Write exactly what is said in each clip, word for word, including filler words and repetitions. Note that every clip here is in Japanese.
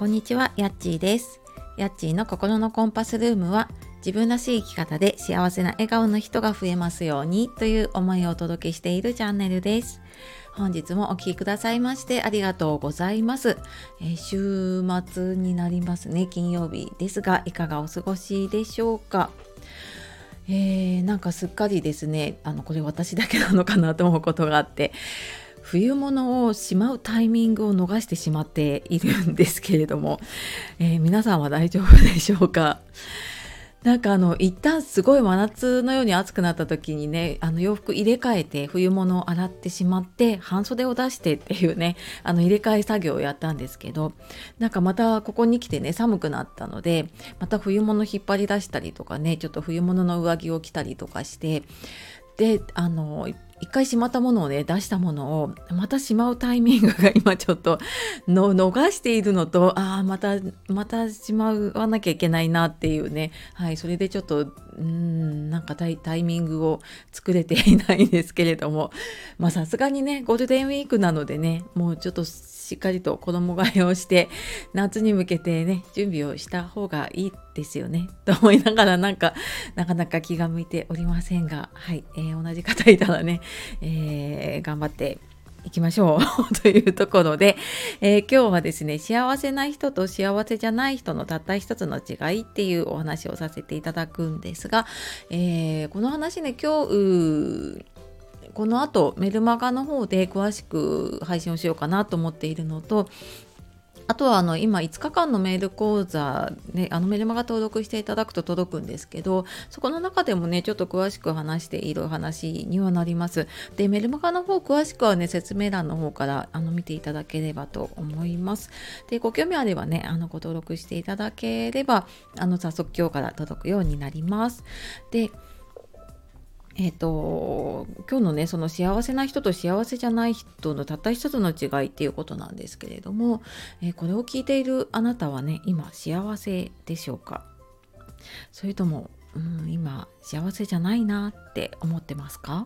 こんにちは、やっちーです。やっちーの心のコンパスルームは、自分らしい生き方で幸せな笑顔の人が増えますようにという思いをお届けしているチャンネルです。本日もお聞きくださいましてありがとうございます。えー、週末になりますね。金曜日ですが、いかがお過ごしでしょうか。えー、なんかすっかりですね、あのこれ私だけなのかなと思うことがあって、冬物をしまうタイミングを逃してしまっているんですけれども、えー皆さんは大丈夫でしょうか。なんかあの一旦すごい真夏のように暑くなった時にね、あの洋服入れ替えて冬物を洗ってしまって半袖を出してっていうね、あの入れ替え作業をやったんですけど、なんかまたここに来てね、寒くなったので、また冬物引っ張り出したりとかね、ちょっと冬物の上着を着たりとかして、であの一回しまったものをね、出したものをまたしまうタイミングが今ちょっとの逃しているのと、ああまたまたしまわなきゃいけないなっていうね、はい、それでちょっとうーんなんかタイ、タイミングを作れていないんですけれども、まあさすがにねゴールデンウィークなのでね、もうちょっとしっかりと衣替えをして夏に向けてね準備をした方がいいですよねと思いながら、なんかなかなか気が向いておりませんが、はい、えー同じ方いたらね、えー頑張っていきましょうというところで、えー今日はですね、幸せな人と幸せじゃない人のたった一つの違いっていうお話をさせていただくんですが、えーこの話ね、今日うーこの後メルマガの方で詳しく配信をしようかなと思っているのと、あとはあの今いつかかんのメール講座、ね、あのメルマガ登録していただくと届くんですけど、そこの中でもねちょっと詳しく話している話にはなります。でメルマガの方詳しくはね説明欄の方からあの見ていただければと思います。でご興味あればねあのご登録していただければあの早速今日から届くようになります。でえっと、今日のね、その幸せな人と幸せじゃない人のたった一つの違いっていうことなんですけれども、えーこれを聞いているあなたはね、今幸せでしょうか？それとも、うん、今幸せじゃないなって思ってますか？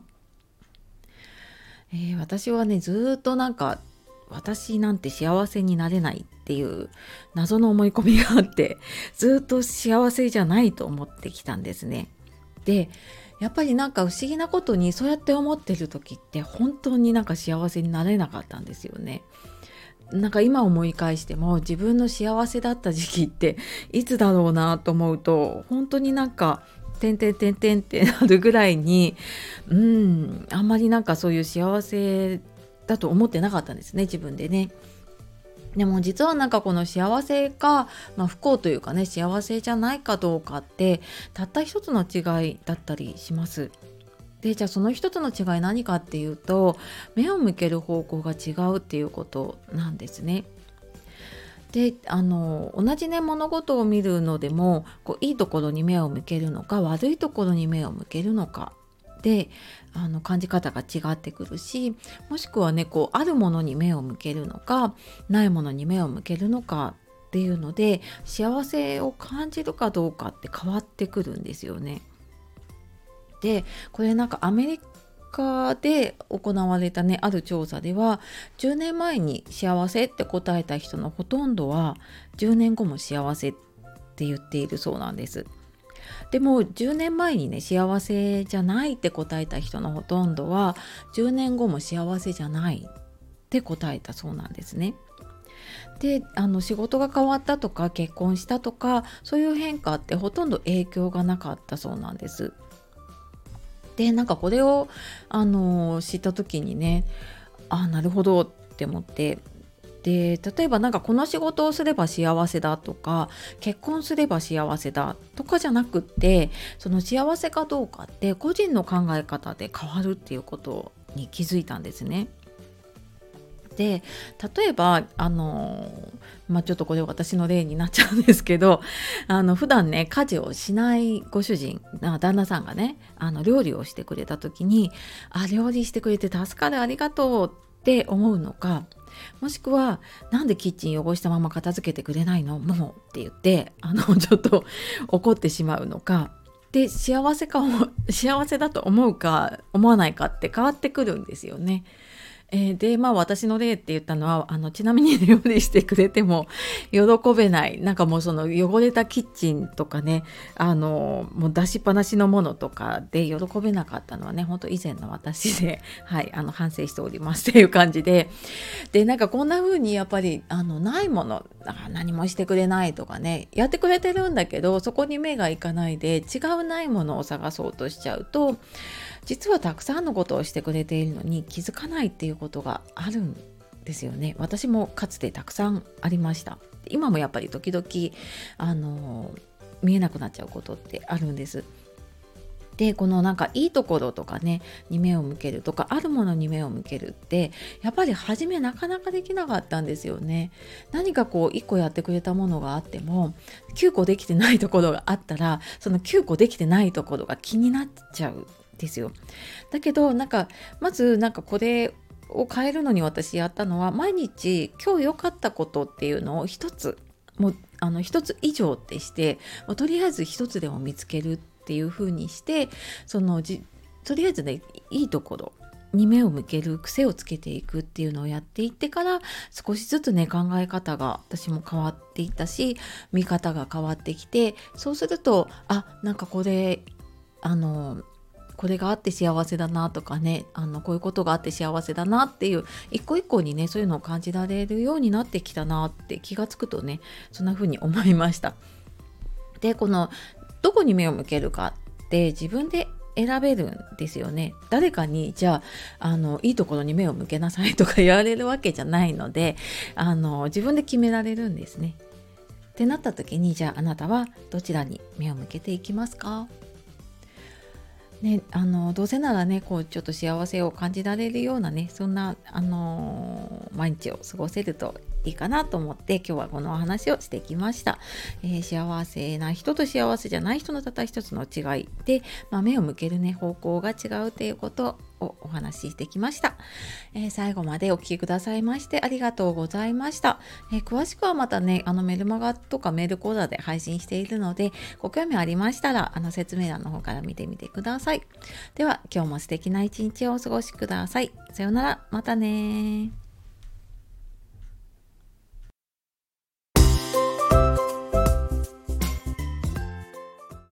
えー私はね、ずーっとなんか、私なんて幸せになれないっていう謎の思い込みがあって、ずーっと幸せじゃないと思ってきたんですね。でやっぱりなんか不思議なことに、そうやって思ってる時って本当になんか幸せになれなかったんですよね。なんか今思い返しても、自分の幸せだった時期っていつだろうなと思うと、本当になんかてんてんてんてんってなるぐらいに、うんあんまりなんかそういう幸せだと思ってなかったんですね、自分でね。でも実はなんかこの幸せか、まあ、不幸というかね、幸せじゃないかどうかってたった一つの違いだったりします。でじゃあその一つの違い何かっていうと、目を向ける方向が違うっていうことなんですね。であの同じね物事を見るのでも、こういいところに目を向けるのか悪いところに目を向けるのかで、あの感じ方が違ってくるし、もしくはねこうあるものに目を向けるのかないものに目を向けるのかっていうので、幸せを感じるかどうかって変わってくるんですよね。でこれなんかアメリカで行われたねある調査では、じゅうねんまえに幸せって答えた人のほとんどはじゅうねんごも幸せって言っているそうなんです。でもじゅうねんまえにね幸せじゃないって答えた人のほとんどはじゅうねんごも幸せじゃないって答えたそうなんですね。であの仕事が変わったとか結婚したとか、そういう変化ってほとんど影響がなかったそうなんです。でなんかこれをあの知った時にね、あなるほどって思って、で例えばなんかこの仕事をすれば幸せだとか結婚すれば幸せだとかじゃなくって、その幸せかどうかって個人の考え方で変わるっていうことに気づいたんですね。で例えばあの、まあ、ちょっとこれ私の例になっちゃうんですけど、あの普段ね家事をしないご主人あ旦那さんがねあの料理をしてくれた時に、あ料理してくれて助かるありがとうって思うのか、もしくはなんでキッチン汚したまま片付けてくれないのもうって言ってあのちょっと怒ってしまうのかで、幸せか幸せだと思うか思わないかって変わってくるんですよね。 えーでまあ私の例って言ったのはあのちなみに料理してくれても喜べない、なんかもうその汚れたキッチンとかね、あのもう出しっぱなしのものとかで喜べなかったのはね、本当以前の私で、はい、あの反省しておりますっていう感じで、でなんかこんな風にやっぱりあのないもの、あ何もしてくれないとかね、やってくれてるんだけどそこに目がいかないで違うないものを探そうとしちゃうと、実はたくさんのことをしてくれているのに気づかないっていうことがあるんですよね。私もかつてたくさんありました。今もやっぱり時々あの見えなくなっちゃうことってあるんです。でこのなんかいいところとかねに目を向けるとか、あるものに目を向けるってやっぱり初めなかなかできなかったんですよね。何かこういっこやってくれたものがあってもきゅうこできてないところがあったら、そのきゅうこできてないところが気になっちゃうですよ。だけどなんかまずなんかこれを変えるのに私やったのは、毎日今日良かったことっていうのを一つ、もうあの一つ以上ってして、もうとりあえず一つでも見つけるっていう風にして、そのじとりあえずねいいところに目を向ける癖をつけていくっていうのをやっていってから、少しずつね考え方が私も変わっていったし、見方が変わってきて、そうするとあなんかこれあのこれがあって幸せだなとかね、あのこういうことがあって幸せだなっていう一個一個にねそういうのを感じられるようになってきたなって気がつくとね、そんな風に思いました。でこのどこに目を向けるかって自分で選べるんですよね。誰かにじゃあ、あのいいところに目を向けなさいとか言われるわけじゃないので、あの自分で決められるんですね。ってなった時に、じゃああなたはどちらに目を向けていきますか？ね、あのどうせならねこうちょっと幸せを感じられるようなね、そんな、あのー毎日を過ごせるといいかなと思って今日はこのお話をしてきました。えー幸せな人と幸せじゃない人のたった一つの違いで、まあ、目を向けるね方向が違うということをお話ししてきました。えー最後までお聞きくださいましてありがとうございました。えー詳しくはまたねあのメルマガとかメール講座で配信しているので、ご興味ありましたらあの説明欄の方から見てみてください。では今日も素敵な一日をお過ごしください。さようなら、またね。